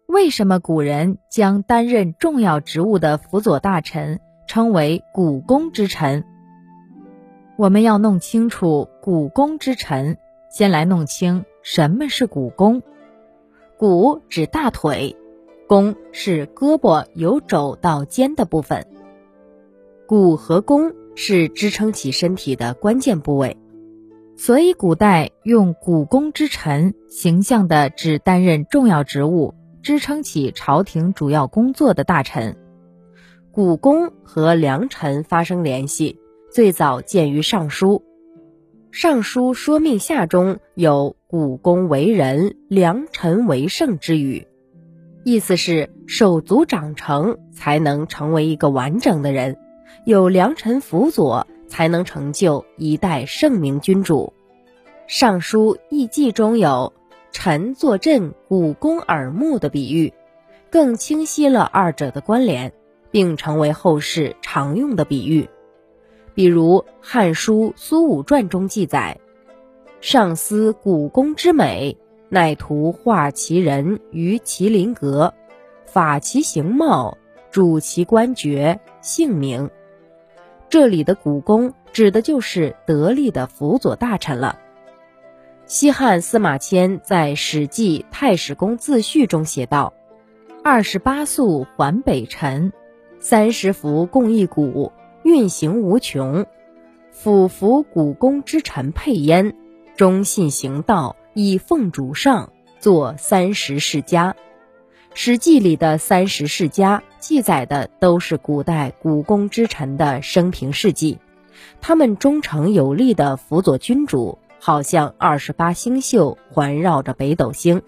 为什么古人将担任重要职务的辅佐大臣称为股肱之臣？我们要弄清楚股肱之臣，先来弄清什么是股肱。股指大腿，肱是胳膊由肘到肩的部分。股和肱是支撑起身体的关键部位，所以古代用股肱之臣形象地指担任重要职务、支撑起朝廷主要工作的大臣。股肱和良臣发生联系，最早见于《尚书》。《尚书说命下》中有股肱为人，良臣为圣之语，意思是手足长成才能成为一个完整的人，有良臣辅佐才能成就一代圣明君主。《尚书艺记》中有臣坐镇股肱耳目的比喻，更清晰了二者的关联，并成为后世常用的比喻。比如《汉书·苏武传》中记载，上思股肱之美，乃图画其人于麒麟阁，法其形貌，主其官爵，姓名。这里的股肱指的就是得力的辅佐大臣了。西汉司马迁在《史记·太史公自序》中写道：28宿还北辰，30服共一毂，运行无穷。辅服股肱之臣配焉，忠信行道，以奉主上，作30世家。史记里的30世家记载的都是古代股肱之臣的生平事迹，他们忠诚有力地辅佐君主，好像28星宿环绕着北斗星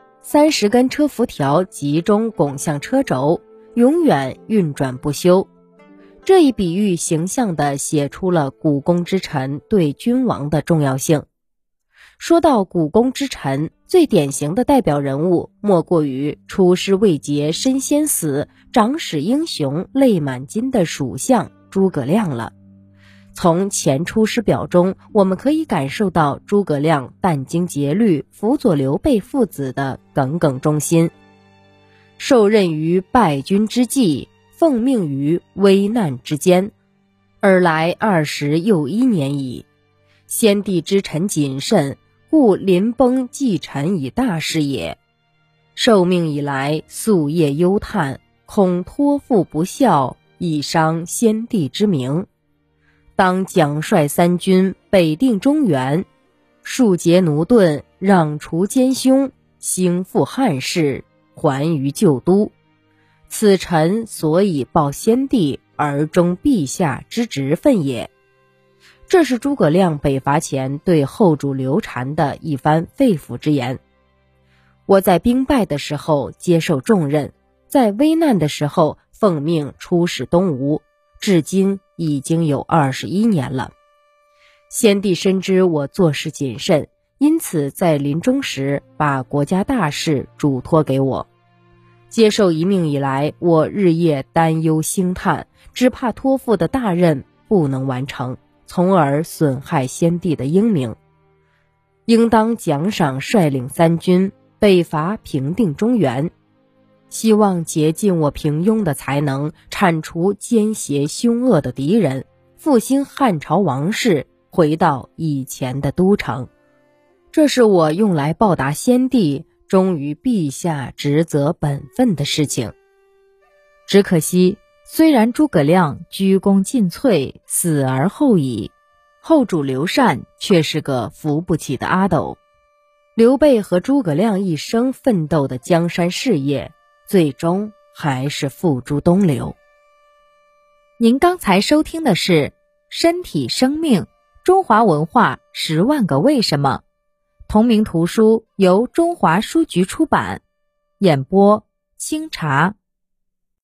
，30根车辐条集中拱向车轴，永远运转不休。这一比喻形象地写出了股肱之臣对君王的重要性。说到股肱之臣，最典型的代表人物莫过于出师未捷身先死，长史英雄泪满襟的蜀相诸葛亮了。从前出师表中，我们可以感受到诸葛亮殚精竭虑辅佐刘备父子的耿耿忠心。受任于败军之际，奉命于危难之间，尔来20又1年矣。先帝之臣谨慎，故临崩继臣以大事也。受命以来，夙夜忧叹，恐托付不效，以伤先帝之名。当奖率三军，北定中原，庶竭奴钝，攘除奸凶，兴复汉室，还于旧都。此臣所以报先帝而忠陛下之职分也。这是诸葛亮北伐前对后主刘禅的一番肺腑之言。我在兵败的时候接受重任，在危难的时候奉命出使东吴，至今已经有21年了。先帝深知我做事谨慎，因此在临终时把国家大事嘱托给我。接受一命以来，我日夜担忧兴叹，只怕托付的大任不能完成，从而损害先帝的英名。应当奖赏率领三军，北伐平定中原，希望竭尽我平庸的才能，铲除奸邪凶恶的敌人，复兴汉朝王室，回到以前的都城。这是我用来报答先帝忠于陛下职责本分的事情。只可惜，虽然诸葛亮鞠躬尽瘁，死而后已，后主刘禅却是个扶不起的阿斗。刘备和诸葛亮一生奋斗的江山事业，最终还是付诸东流。您刚才收听的是《身体生命：中华文化10万个为什么》，同名图书由中华书局出版，演播清茶。